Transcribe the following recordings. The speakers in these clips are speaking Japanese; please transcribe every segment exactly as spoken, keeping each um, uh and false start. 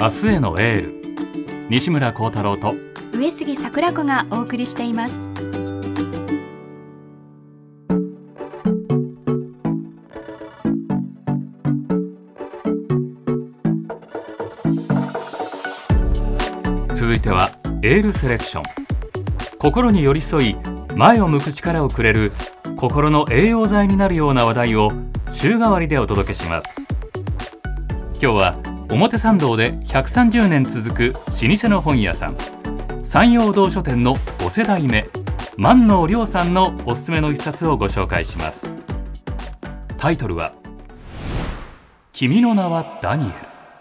明日へのエール、西村光太郎と上杉桜子がお送りしています。 続いてはエールセレクション。心に寄り添い前を向く力をくれる心の栄養剤になるような話題を週替わりでお届けします。今日は表参道でひゃくさんじゅうねん続く老舗の本屋さん、山陽堂書店のご世代目万能亮さんのおすすめの一冊をご紹介します。タイトルは君の名はダニエル。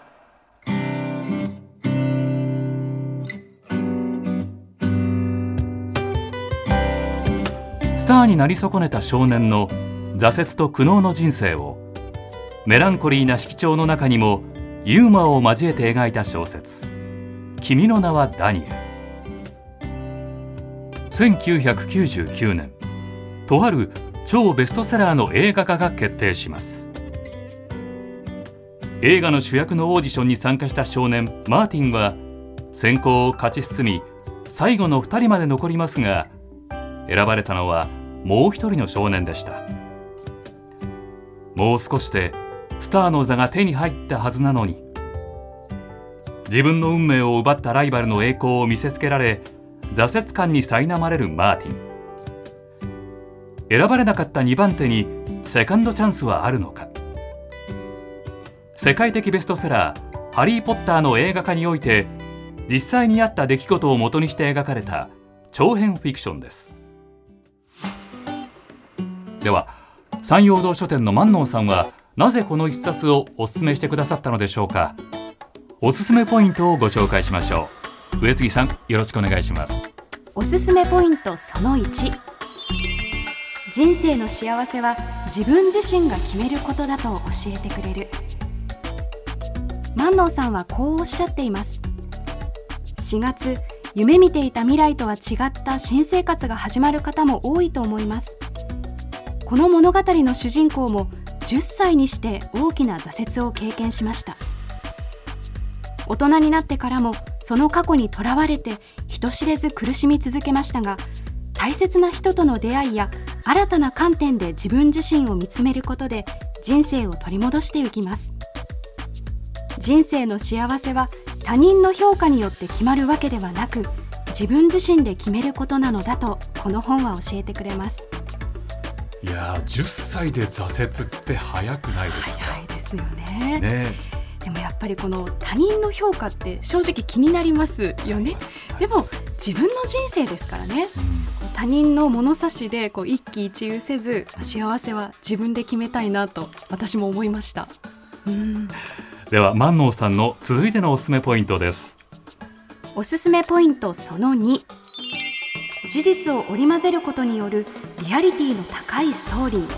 スターになり損ねた少年の挫折と苦悩の人生をメランコリーな色調の中にもユーモアを交えて描いた小説、君の名はダニエル。せんきゅうひゃくきゅうじゅうきゅうねん、とある超ベストセラーの映画化が決定します。映画の主役のオーディションに参加した少年マーティンは選考を勝ち進み最後のふたりまで残りますが、選ばれたのはもう一人の少年でした。もう少しでスターの座が手に入ったはずなのに、自分の運命を奪ったライバルの栄光を見せつけられ挫折感に苛まれるマーティン。選ばれなかったにばん手にセカンドチャンスはあるのか。世界的ベストセラーハリー・ポッターの映画化において実際にあった出来事を元にして描かれた長編フィクションです。では山陽堂書店の万能さんはなぜこの一冊をお勧めしてくださったのでしょうか。おすすめポイントをご紹介しましょう。上杉さん、よろしくお願いします。 おすすめポイントそのいち、人生の幸せは自分自身が決めることだと教えてくれる。万能さんはこうおっしゃっています。しがつ、夢見ていた未来とは違った新生活が始まる方も多いと思います。この物語の主人公もじゅっさいにして大きな挫折を経験しました。大人になってからもその過去にとらわれて人知れず苦しみ続けましたが、大切な人との出会いや新たな観点で自分自身を見つめることで人生を取り戻していきます。人生の幸せは他人の評価によって決まるわけではなく、自分自身で決めることなのだとこの本は教えてくれます。 いやー、じゅっさいで挫折って早くないですか。 早いですよ ね, ねでもやっぱりこの他人の評価って正直気になりますよね。でも自分の人生ですからね、うん、他人の物差しでこう一喜一憂せず幸せは自分で決めたいなと私も思いました。うん、 では万能さんの続いてのおすすめポイントです。 おすすめポイントそのに、事実を織り交ぜることによるリアリティの高いストーリー。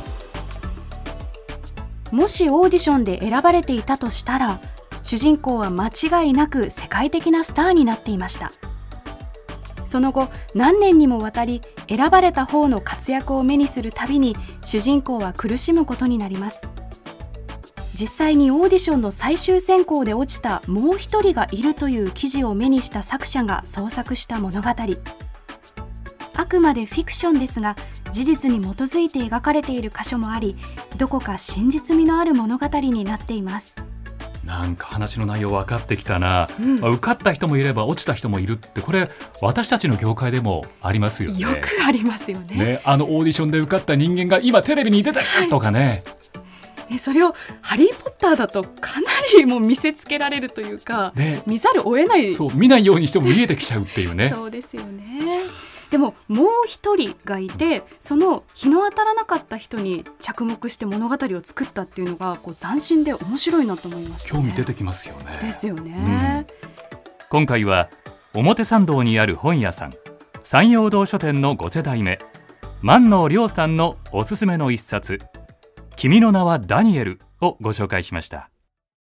もしオーディションで選ばれていたとしたら、主人公は間違いなく世界的なスターになっていました。その後何年にもわたり選ばれた方の活躍を目にするたびに主人公は苦しむことになります。実際にオーディションの最終選考で落ちたもう一人がいるという記事を目にした作者が創作した物語。あくまでフィクションですが事実に基づいて描かれている箇所もあり、どこか真実味のある物語になっています。 なんか話の内容分かってきたな、 うん、 受かった人もいれば落ちた人もいるって、これ私たちの業界でもありますよね。 よくありますよ ね, ねあのオーディションで受かった人間が今テレビに出たとかね、 はいね、それをハリーポッターだとかなりもう見せつけられるというか、ね、見ざるを得ない。 そう、見ないようにしても見えてきちゃうっていうねそうですよね。でももう一人がいて、その日の当たらなかった人に着目して物語を作ったっていうのがこう斬新で面白いなと思いましたね。 興味出てきますよね。 ですよね、 うん、今回は表参道にある本屋さん山陽堂書店のご世代目万能亮さんのおすすめの一冊、君の名はダニエルをご紹介しました。